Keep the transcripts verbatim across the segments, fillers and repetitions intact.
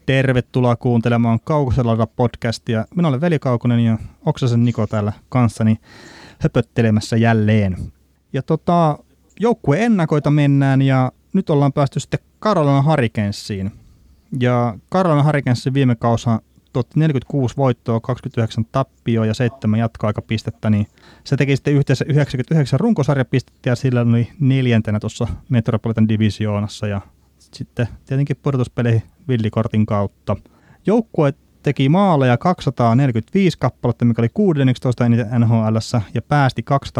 Tervetuloa kuuntelemaan Kaukosella podcastia. Minä olen Veli Kaukonen ja Oksasen Niko täällä kanssani höpöttelemässä jälleen. Ja tota, joukkueen ennakoita mennään ja nyt ollaan päästy sitten Carolina Hurricanesiin. Ja Carolina Hurricanesin viime kausa tuotti neljäkymmentäkuusi voittoa, kaksikymmentäyhdeksän tappioa ja seitsemän jatkoaikapistettä, niin se teki sitten yhteensä yhdeksänkymmentäyhdeksän runkosarjapistettä ja sillä oli neljäntenä tuossa Metropolitan Divisioonassa ja sitten tietenkin pudotuspeleihin villikortin kautta. Joukkue teki maaleja kaksisataaneljäkymmentäviisi kappaletta, mikä oli kuusitoista eniten N H L:ssä, ja päästi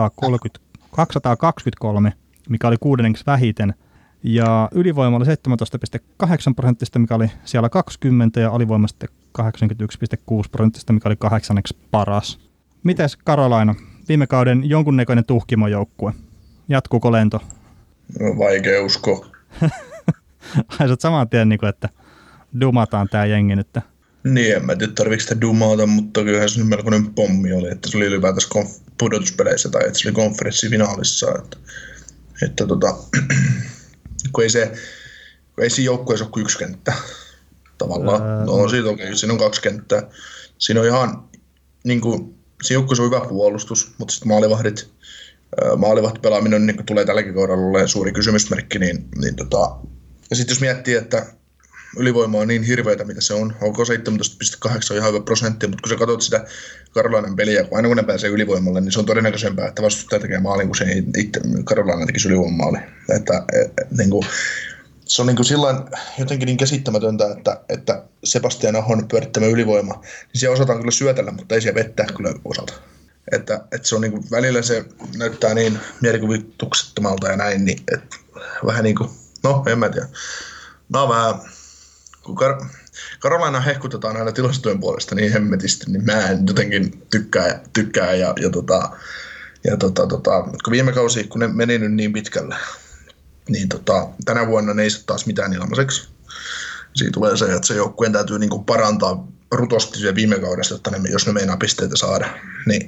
kaksisataakaksikymmentäkolme, mikä oli kuudenneksi vähiten. Ja ylivoima oli seitsemäntoista pilkku kahdeksan prosenttista, mikä oli siellä kaksikymmentä, ja alivoima sitten kahdeksankymmentäyksi pilkku kuusi prosenttista, mikä oli kahdeksanneksi paras. Mites Carolina? Viime kauden jonkunnäköinen tuhkimojoukkue. Jatkuuko lento? No, vaikea uskoa. Ai sä oot saman tien, että dumataan tää jengi nyt. Niin, en mä tiedä tarviiko sitä dumata, mutta kyllähän se melkoinen pommi oli, että se oli ylipäätänsä konf- pudotuspeleissä tai että se oli konferenssifinaalissa. Että, että tota, kun ei se, kun ei siinä joukkueessa ole kuin yksi kenttä tavallaan. Ää... No siitä okei, okay, siinä on kaksi kenttää. Siinä on ihan, niin kuin, siinä joukkueessa on hyvä puolustus, mutta sitten maalivahdit, maalivahti pelaaminen niin tulee tälläkin kaudella olemaan suuri kysymysmerkki, niin, niin tota, ja sitten jos miettii, että ylivoima on niin hirveätä, mitä se on, onko seitsemäntoista pilkku kahdeksan on ihan hyvä prosentti, mutta kun sä katsot sitä Carolinan peliä, kun aina kun ne pääsee ylivoimalle, niin se on todennäköisempää, että vastustaja tekee maalin, kun se ei itse Carolina tekisi ylivoimaali. Että et, niin kuin, se on niin kuin sillain jotenkin niin käsittämätöntä, että, että Sebastian Ahon pyörittämä ylivoima, niin siellä osataan kyllä syötellä, mutta ei siellä vettää kyllä osata. Että, että se on niin kuin, välillä se näyttää niin mielikuvituksettomalta ja näin, niin että vähän niin kuin, no en mä tiedä. No vähän, kun Kar- Carolina hehkutetaan aina tilastojen puolesta niin hemmetisti, niin mä en jotenkin tykkää, tykkää ja, ja, tota, ja tota, tota, kun viime kausi, kun ne meni nyt niin pitkälle, niin tota, tänä vuonna ne ei saa taas mitään ilmaiseksi. Siitä tulee se, että se joukkueen täytyy niin kuin parantaa rutosti siellä viime kaudesta, jotta ne, jos ne meinaa pisteitä saada, niin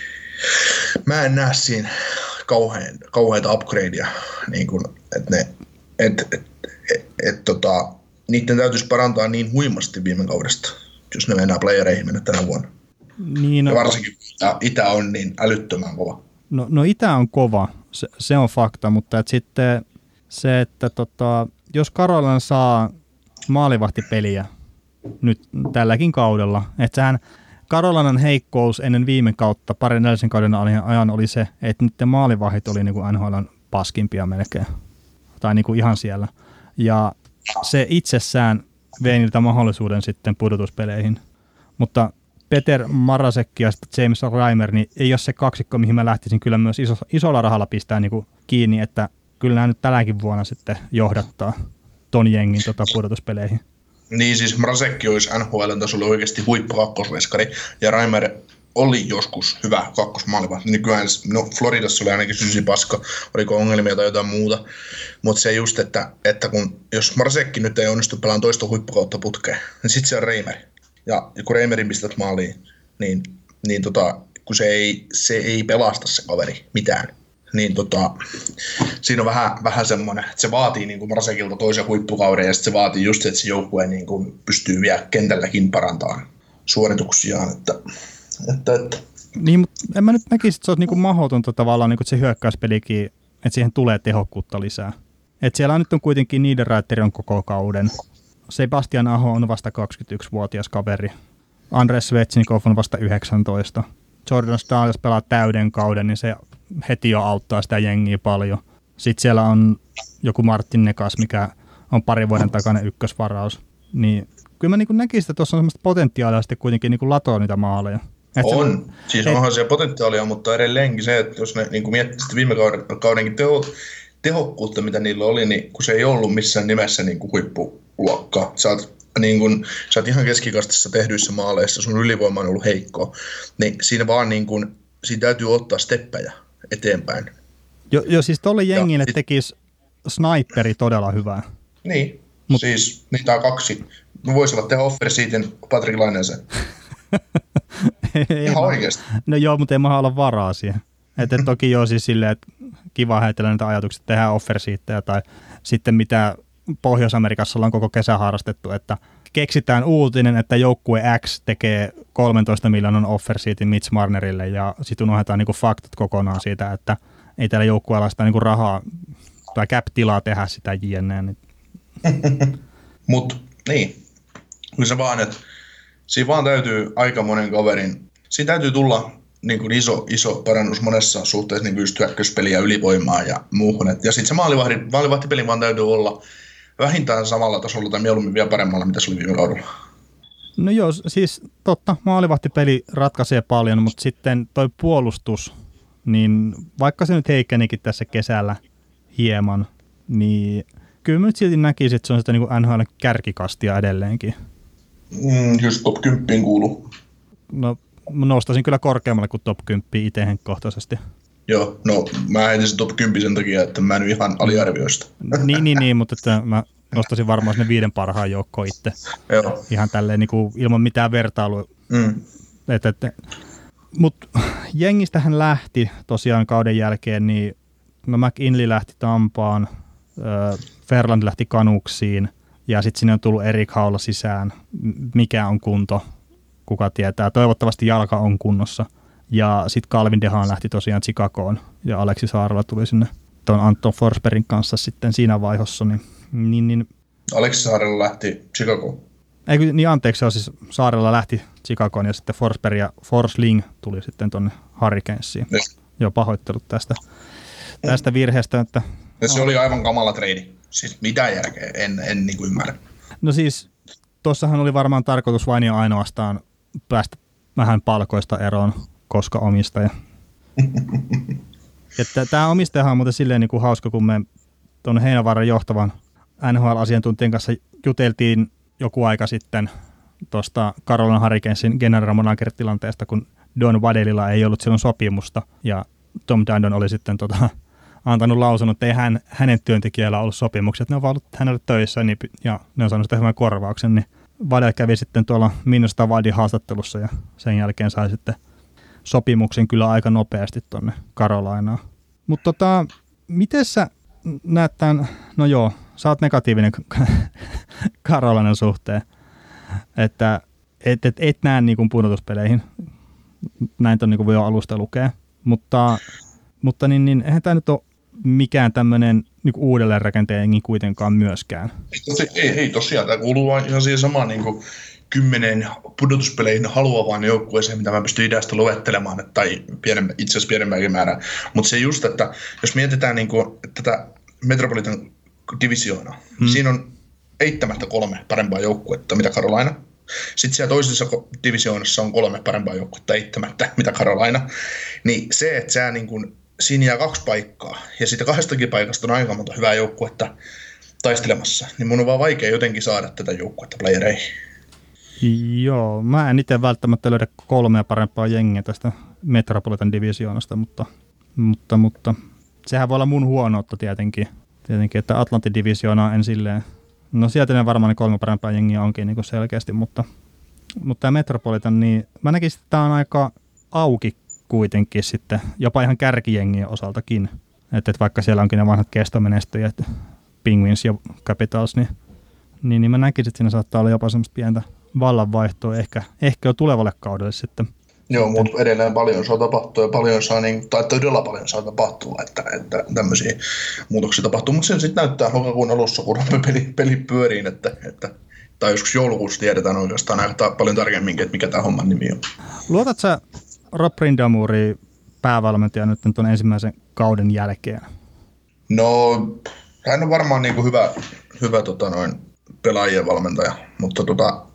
mä en näe siinä kauhean, kauheita upgradeja, niin kuin, että ne, et, et, et, et, tota, niiden täytyisi parantaa niin huimasti viime kaudesta, jos ne meinaa playereihin mennä tänä vuonna. Niin, no, ja varsinkin itä, itä on niin älyttömän kova. No, no itä on kova, se, se on fakta, mutta et sitten se, että tota, jos Carolina saa maalivahtipeliä nyt tälläkin kaudella, että sehän Carolinan heikkous ennen viime kautta, parin edellisen kauden ajan oli se, että niiden maalivahit oli niin kuin N H L:n paskimpia melkein, tai niin kuin ihan siellä. Ja se itsessään vei niiltä mahdollisuuden sitten pudotuspeleihin. Mutta Peter Mrazek ja James Reimer, niin ei ole se kaksikko, mihin mä lähtisin kyllä myös iso, isolla rahalla pistää niin kuin kiinni, että kyllä nämä nyt tälläkin vuonna sitten johdattaa ton jengin tota pudotuspeleihin. Niin siis Mrazekki olisi N H L:n tasolla oikeasti huippu kakkosveskari, ja Reimer oli joskus hyvä kakkosmaalivahti. Nykyään, no Floridassa oli ainakin sysi paska, oliko ongelmia tai jotain muuta, mutta se just, että, että kun, jos Mrazekki nyt ei onnistu pelaamaan toista huippukautta putkeen, niin sitten se on Reimer. Ja kun Reimerin pistät maaliin, niin, niin tota, kun se ei, se ei pelasta se kaveri mitään, niin tota, siinä on vähän, vähän semmoinen, että se vaatii niin kuin Mrazekilta toisen huippukauden, ja sitten se vaatii just, että se joukkue niin kuin pystyy vielä kentälläkin parantamaan suorituksiaan, että Että, että. Niin, mutta en mä nyt näkisi, että se olisi niinku mahdotonta tavallaan niinku se hyökkäyspelikin, että siihen tulee tehokkuutta lisää. Että siellä on nyt on kuitenkin Niederreiter on koko kauden. Sebastian Aho on vasta kaksikymmentäyksivuotias kaveri. Andres Svechnikov on vasta yhdeksäntoista. Jordan Staal, jos pelaa täyden kauden, niin se heti jo auttaa sitä jengiä paljon. Sitten siellä on joku Martin Nekas, mikä on pari vuoden takainen ykkösvaraus. Niin kyllä mä niinku näkisin, että tuossa on semmoista potentiaalia sitten kuitenkin niinku latoa niitä maaleja. Et on. Se, siis et, onhan siellä potentiaalia, mutta edelleenkin se, että jos ne niin miettii viime kauden, kaudenkin teho, tehokkuutta, mitä niillä oli, niin kun se ei ollut missään nimessä niin kuin huippuluokkaa. Sä oot, niin kun, sä oot ihan keskikastissa tehdyissä maaleissa, sun ylivoima on ollut heikkoa, niin siinä vaan niin kun, siinä täytyy ottaa steppejä eteenpäin. Jo, jo siis tolle jengille sit tekisi sniperi todella hyvää. Niin, Mut, siis niitä on kaksi. Voisi olla tehdä offer siitä Patrick Lainesen. Ihan oikeasti. No joo, mutta ei maha olla varaa siihen. Että toki joo siis silleen, että kiva heitellä niitä ajatuksia, että tehdään offersiittejä tai sitten mitä Pohjois-Amerikassa ollaan koko kesä harrastettu, että keksitään uutinen, että joukkue X tekee kolmentoista miljoonan offersiitin Mitch Marnerille ja sitten unohdetaan niinku faktat kokonaan siitä, että ei täällä joukkueella sitä niinku rahaa tai cap-tilaa tehdä sitä jne. Niin. Mut niin, kyllä se vaan, että siinä vaan täytyy aika monen kaverin, siinä täytyy tulla niin kuin iso, iso parannus monessa suhteessa niin just hyökkäyspeliä, ylivoimaa ja muuhun. Et, ja sitten se maalivahti, maalivahtipeli vaan täytyy olla vähintään samalla tasolla tai mieluummin vielä paremmalla, mitä se oli viime kaudella. No joo, siis totta, maalivahtipeli ratkaisee paljon, mutta sitten toi puolustus, niin vaikka se nyt heikkenikin tässä kesällä hieman, niin kyllä mä nyt silti näkisin, että se on sitä niin kuin N H L-kärkikastia edelleenkin. Mm, just top kymmenen kuuluu. No nostaisin kyllä korkeammalle kuin top kymmenen itse henkkohtaisesti. Joo, no mä heitin se top kymmenen sen takia, että mä en ole ihan aliarvioista. niin, niin, niin, mutta että mä nostaisin varmaan sinne viiden parhaan joukkoon itse. Joo. Ihan tälleen niin kuin ilman mitään vertailua. Mm. Et, et, mutta jengistähän lähti tosiaan kauden jälkeen, niin no McInley lähti Tampaan, äh, Ferland lähti Canucksiin ja sitten sinne on tullut Erik Haula sisään. Mikä on kunto? Kuka tietää. Toivottavasti jalka on kunnossa. Ja sitten Calvin DeHaan lähti tosiaan Chicagoon ja Aleksi Saarela tuli sinne tuon Anton Forsbergin kanssa sitten siinä vaiheessa. Niin, niin, niin, Aleksi Saarela lähti Chicagoon. Ei, niin anteeksi, se on siis Saarela lähti Chicagoon ja sitten Forsberg ja Forsling tuli sitten tuonne Hurricanesiin. Ne. Joo, pahoittelut tästä, tästä virheestä. Että, ja se oli aivan kamala treidi. Siis mitään järkeä, en, en niin kuin ymmärrä. No siis, tuossahan oli varmaan tarkoitus vain ja ainoastaan päästä vähän palkoista eroon, koska omistaja. Tämä omistajahan on muuten silleen niin kuin hauska, kun me tuon Heinävaaran johtavan N H L-asiantuntijan kanssa juteltiin joku aika sitten tuosta Carolina Hurricanesin general manager-tilanteesta, kun Don Waddellilla ei ollut silloin sopimusta, ja Tom Dundon oli sitten tota, antanut lausunut, että ei hän, hänen työntekijällä ollut sopimuksia, että ne on vaan ollut hänelle töissä, niin, ja ne on saanut sitä hyvän korvauksen, niin Waddell kävi sitten tuolla Minnesota Wildin haastattelussa, ja sen jälkeen sai sitten sopimuksen kyllä aika nopeasti tuonne Carolinaan. Mutta tota, miten sä näet tämän, no joo, sä oot negatiivinen Carolinan suhteen, että et, et, et näe niin kuin pudotuspeleihin, näin ton niin kuin voi jo alusta lukea, mutta, mutta niin, niin, eihän tämä nyt ole mikään tämmöinen niin uudelleenrakenteen kuitenkaan myöskään. Ei, ei tosiaan, tämä kuuluu ihan siihen samaan niin kuin kymmenen pudotuspeleihin haluavaan joukkueeseen, mitä mä pystyn idästä luettelemaan, tai pienemmä, itse asiassa pienemmänkin määrää. Mutta se just, että jos mietitään niin kuin, että tätä Metropolitan divisioonaa, hmm. siinä on eittämättä kolme parempaa joukkuetta, mitä Carolina. Sitten siellä toisessa divisioonassa on kolme parempaa joukkuetta, eittämättä, mitä Carolina. Niin se, että sä niin kuin, siinä jää kaksi paikkaa, ja siitä kahdestakin paikasta on aika monta hyvää joukkuetta taistelemassa, niin mun on vaan vaikea jotenkin saada tätä joukkuetta playereihin. Joo, mä en itse välttämättä löydä kolmea parempaa jengiä tästä Metropolitan divisioonasta, mutta, mutta, mutta sehän voi olla mun huonoutta tietenkin, tietenkin että Atlantin divisioona en silleen, no sieltä ne varmaan ne kolme parempaa jengiä onkin niin kuin selkeästi, mutta, mutta tämä Metropolitan, niin mä näkisin, että tämä on aika auki kuitenkin sitten, jopa ihan kärkijengien osaltakin, että, että vaikka siellä onkin ne vanhat kestomenestyjät, Penguins ja Capitals, niin, niin, niin mä näkisin, että siinä saattaa olla jopa semmoista pientä vallanvaihtoa ehkä, ehkä jo tulevalle kaudelle sitten. Joo, mutta edelleen paljon saa tapahtua ja paljon saa, niin, tai todella paljon saa tapahtua, että, että tämmöisiä muutoksia tapahtuu, mutta sen sitten näyttää lokakuun alussa, kun peli, peli pyöriin, että, että, tai joskus joulukuussa tiedetään oikeastaan aika paljon tarkemminkin, että mikä tämä homman nimi on. Luotat sä Rob Brind'Amouri päävalmentaja nyt tuon ensimmäisen kauden jälkeen? No, hän on varmaan niin kuin hyvä, hyvä tota noin, pelaajien valmentaja, mutta tota,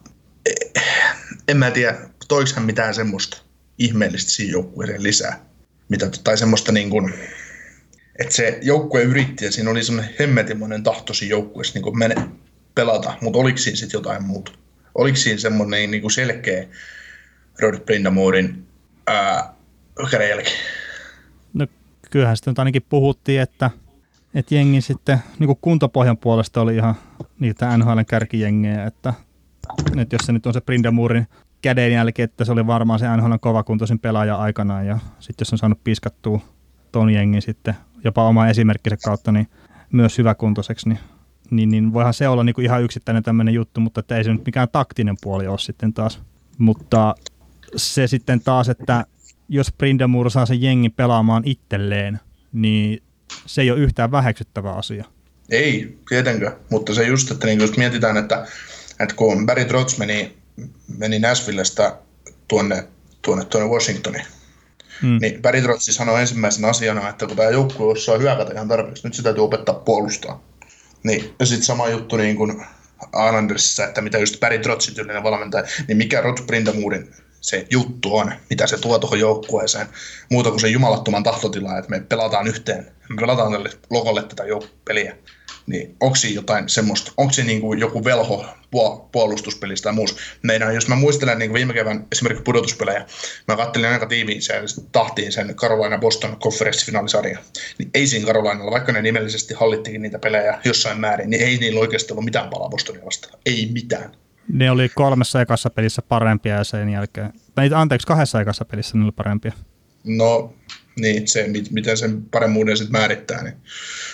en mä tiedä, toiko hän mitään semmoista ihmeellistä siihen joukkueeseen lisää. Mitä, tai semmoista niin kuin, että se joukkue yritti ja siinä oli semmoinen hemmetimoinen tahto siinä joukkueessa niin kuin mene, pelata, mutta oliko siinä sitten jotain muuta? Oliko siinä semmoinen niin kuin selkeä Rod Brind'Amourin kädenjälki? No kyllähän sitten ainakin puhuttiin, että, että jengi sitten niin kuin kuntopohjan puolesta oli ihan niitä N H L:n kärkijengejä, että, että jos se nyt on se Brind'Amourin kädenjälki, että se oli varmaan se N H L:n kovakuntoisin pelaaja aikanaan ja sitten jos on saanut piskattua ton jengin sitten jopa oma esimerkkinsä kautta niin myös hyväkuntoiseksi, niin, niin, niin voihan se olla niinku ihan yksittäinen tämmöinen juttu, mutta että ei se nyt mikään taktinen puoli ole sitten taas. Mutta se sitten taas, että jos Brind'Amour saa sen jengin pelaamaan itselleen, niin se ei ole yhtään väheksyttävä asia. Ei, tietenkään, mutta se just, että niin jos mietitään, että, että kun Barry Trotz meni, meni Nashvillestä tuonne, tuonne, tuonne Washingtoniin, hmm. niin Barry Trotz sanoi ensimmäisen asiana, että kun tämä joukkue osaa hyökätä ihan tarpeeksi, nyt se täytyy opettaa puolustaa. Niin, ja sitten sama juttu niin kuin Islandersissa, että mitä just Barry Trotzin tyylinen valmentaja, niin mikä Rod Brind'Amourin se juttu on, mitä se tuo tuohon joukkueeseen, muuta kuin se jumalattoman tahtotilaa, että me pelataan yhteen, me pelataan tälle logolle tätä peliä. Niin onko siinä jotain semmoista, onko se niin kuin joku velho puolustuspelistä tai muussa? Meidän, jos mä muistelen niin kuin viime kevään esimerkiksi pudotuspelejä, mä katselin aika tiiviin sen, tahtiin sen Carolina-Boston konferenssifinaalisarjan, niin ei siinä Carolinalla, vaikka ne nimellisesti hallittikin niitä pelejä jossain määrin, niin ei niillä oikeasti ollut mitään palaa Bostonia vastaan. Ei mitään. Ne oli kolmessa ekassa pelissä parempia ja sen jälkeen, tai anteeksi, kahdessa ekassa pelissä ne oli parempia. No niin, se, miten sen paremmuuden sitten määrittää, niin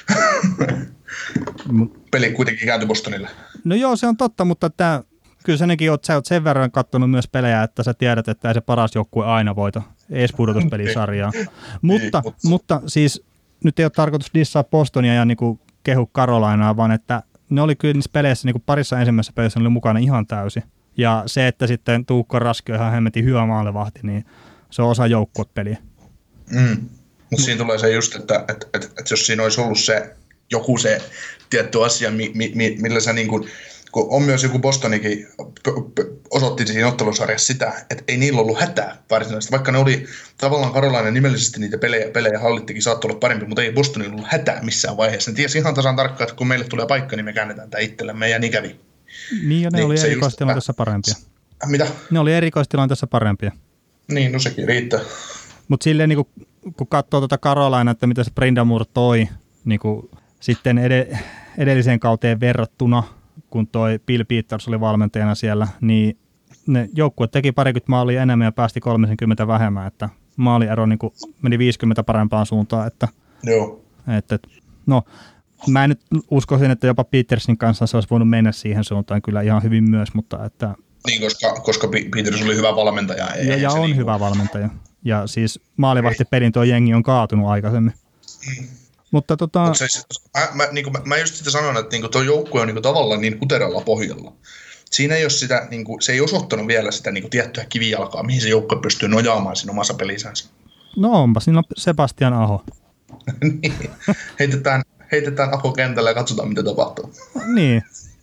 peli kuitenkin kääntyi Bostonille. No joo, se on totta, mutta tämä, kyllä senkin oot, sä oot sen verran katsonut myös pelejä, että sä tiedät, että ei se paras joukkue aina voita edes pudotuspelisarjaa. mutta, ei, mutta siis nyt ei ole tarkoitus dissaa Bostonia ja niinku kehu Carolinaa, vaan että ne oli kyllä niissä peleissä niinku parissa ensimmäisessä pelissä oli mukana ihan täysin. Ja se, että sitten Tuukka Raski on ihan hemmetin hyvä maalivahti, niin se on osa joukkuepeliä. Mm. Mutta siinä tulee se just, että et, et, et jos siinä olisi ollut se joku se tietty asia, mi, mi, millä sä niin kuin, kun on myös joku Bostonikin p- p- osoitti siinä ottelusarjassa sitä, että ei niillä ollut hätää varsinaisesti, vaikka ne oli tavallaan Carolina nimellisesti niitä pelejä, pelejä hallittikin, saattoi olla parempi, mutta ei Bostonilla ollut hätää missään vaiheessa. Ne tiesi ihan tasan tarkkaan, että kun meille tulee paikka, niin me käännetään tämä itsellemme ja niin kävi. Niin ja ne niin, oli erikoistilanteessa parempia. Mitä? Ne oli erikoistilanteessa parempia. Niin, no sekin riittää. Mutta silleen niin kun, kun katsoo tuota Carolina, että mitä se Brind'Amour toi niin kuin sitten ed- edelliseen kauteen verrattuna, kun toi Bill Peters oli valmentajana siellä, niin ne joukkue teki parikymmentä maalia enemmän ja päästi kolmekymmentä vähemmän, että maaliero niin kuin meni viisikymmentä parempaan suuntaan. Että, Joo. Että, no, mä en nyt uskoisin, että jopa Petersin kanssa se olisi voinut mennä siihen suuntaan kyllä ihan hyvin myös, mutta että... Niin, koska, koska Peters oli hyvä valmentaja. Ei, ja ja on niin hyvä kuin... valmentaja. Ja siis maalivahtipelin tuo jengi on kaatunut aikaisemmin. Mm. Mutta tota... Mut se, mä, mä, niin mä, mä just sitä sanon, että niin tuo joukkue on niin tavallaan niin huteralla pohjalla. Siinä ei ole sitä, niin kuin, se ei osoittanut vielä sitä niin tiettyä kivijalkaa, mihin se joukkue pystyy nojaamaan siinä omassa pelisänsä. No onpa, siinä on Sebastian Aho. niin, heitetään, heitetään Aho kentälle ja katsotaan, mitä tapahtuu. niin.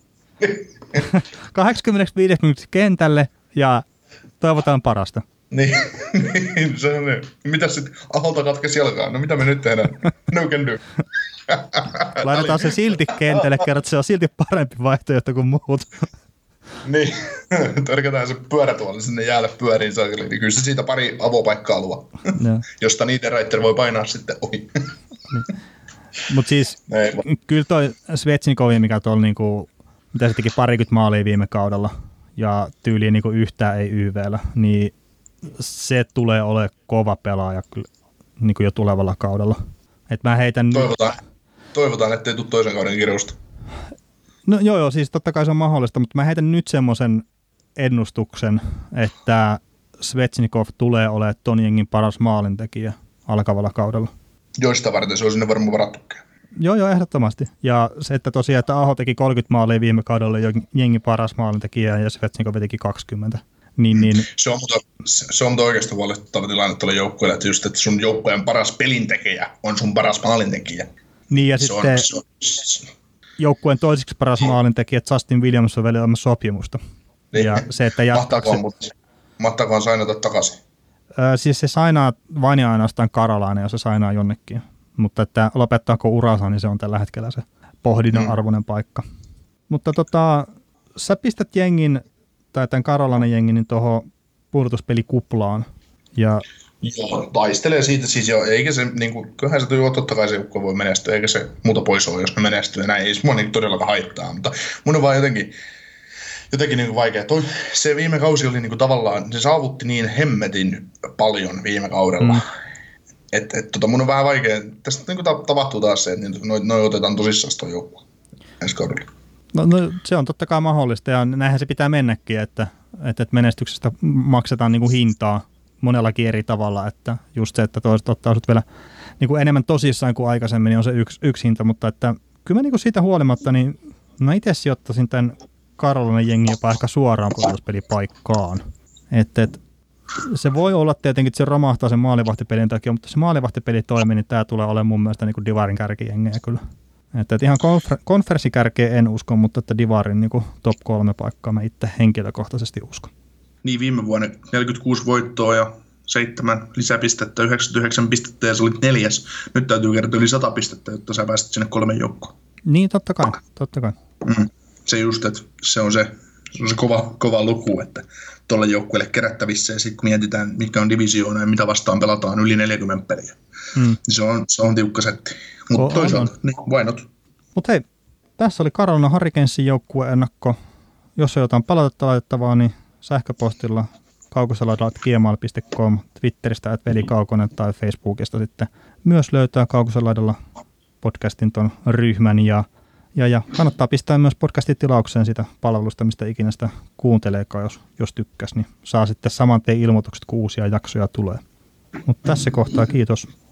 kahdeksankymmentäviisi minuuttia kentälle ja toivotaan parasta. Niin, niin, se on niin. Mitäs sitten Aholta katkesi jalkaan? No mitä me nyt tehdään? No can do. Laitetaan se silti kentälle, kerran, että se on silti parempi vaihtoehto kuin muut. niin, törkätään se pyörätuoli sinne jäälle pyöriin saakeliin, niin kyllä se siitä pari avopaikkaa luo, josta Niederreiter voi painaa sitten ohi. niin. Mutta siis Ei, kyllä toi Svechnikov, mikä tuolla niinku, mitä se teki parikymmentä maalia viime kaudella ja tyyliin niinku yhtään ei Y V:llä, niin se tulee olemaan kova pelaaja kyllä, niin kuin jo tulevalla kaudella. Et mä heitän toivotaan, toivotaan, ettei tule toisen kauden kirjoista. No joo, joo, siis totta kai se on mahdollista, mutta mä heitän nyt semmoisen ennustuksen, että Svechnikov tulee olemaan ton jengin paras maalintekijä alkavalla kaudella. Joista varten se on sinne varmaan varattukin. Joo, joo, ehdottomasti. Ja se, että tosiaan, että Aho teki kolmekymmentä maalia viime kaudella jengin paras maalintekijä ja Svechnikov teki kaksikymmentä. Niin, niin. Se on mutta, se on oikeastaan huolestuttava tilanne tuolla joukkueella, että just, että sun joukkueen paras pelintekijä on sun paras maalintekijä. Niin ja se sitten on, se on, joukkueen toiseksi paras maalintekijä, Justin Williams on vielä sopimusta. Niin. Ja se, että jatkaako... Mahtaako sainata takaisin? Öö, siis se sainaa vain ja ainoastaan Carolina, jos se sainaa jonnekin. Mutta että lopettaako uransa, niin se on tällä hetkellä se pohdinnan arvoinen mm. paikka. Mutta tota, sä pistät jengin tai tämän Carolinan jengin niin tuohon pudotuspelikuplaan. Ja... Joo, taistelee siitä siis jo, eikä se, niin kuin, kyllähän se tuo, totta kai se joukko voi menestyä, eikä se muuta pois ole, jos ne menestyy ja näin, ei se mua niin todellakaan haittaa, mutta mun on vaan jotenkin, jotenkin niin kuin vaikea. Toi, se viime kausi oli niin kuin tavallaan, se saavutti niin hemmetin paljon viime kaudella, mm. että et, tota, mun on vähän vaikea, tästä niin kuin tapahtuu taas se, että noi, noi otetaan tosissaan tuo joukko. ensi kaudella. No, no se on totta kai mahdollista ja näinhän se pitää mennäkin, että, että menestyksestä maksetaan niin kuin hintaa monellakin eri tavalla, että just se, että toiset ottaa sut vielä niin kuin enemmän tosissaan kuin aikaisemmin, niin on se yksi, yksi hinta, mutta että kyllä mä niin kuin siitä huolimatta, niin mä itse sijoittaisin tämän Karolainen jengi jopa ehkä suoraan pudotuspelipaikkaan. Että et, se voi olla tietenkin, että se romahtaa sen maalivahtipelin takia, mutta se maalivahtipeli toimii, niin tämä tulee olemaan mun mielestä niin kuin Divarin kärkijengejä kyllä. Että et ihan konfer- konferenssikärkeä en usko, mutta että Divarin niin kuin top kolme paikkaa mä itse henkilökohtaisesti uskon. Niin viime vuonna neljäkymmentäkuusi voittoa ja seitsemän lisäpistettä, yhdeksänkymmentäyhdeksän pistettä ja se oli neljäs. Nyt täytyy kertoa yli sata pistettä, jotta sä pääset sinne kolmen joukkoon. Niin, totta kai. Totta kai. Mm. Se just, että se on se, se, on se kova, kova luku, että tuolle joukkueelle kerättävissä ja sitten kun mietitään, mikä on divisioona ja mitä vastaan pelataan yli neljäkymmentä peliä, mm. niin se on, se on tiukka setti. Mutta toisaalta, on. Niin, why not? Mutta hei, tässä oli Carolina Hurricanesin joukkueennakko. Jos on jotain palautetta laitettavaa, niin sähköpostilla kaukosalaidalla at gmail piste com, Twitteristä at Veli Kaukonen tai Facebookista sitten myös löytää Kaukosalaidalla podcastin ton ryhmän ja, ja, ja kannattaa pistää myös podcastin tilaukseen sitä palvelusta, mistä ikinä sitä kuunteleekaan, jos, jos tykkäs, niin saa sitten saman tien ilmoitukset, kun uusia jaksoja tulee. Mutta tässä kohtaa kiitos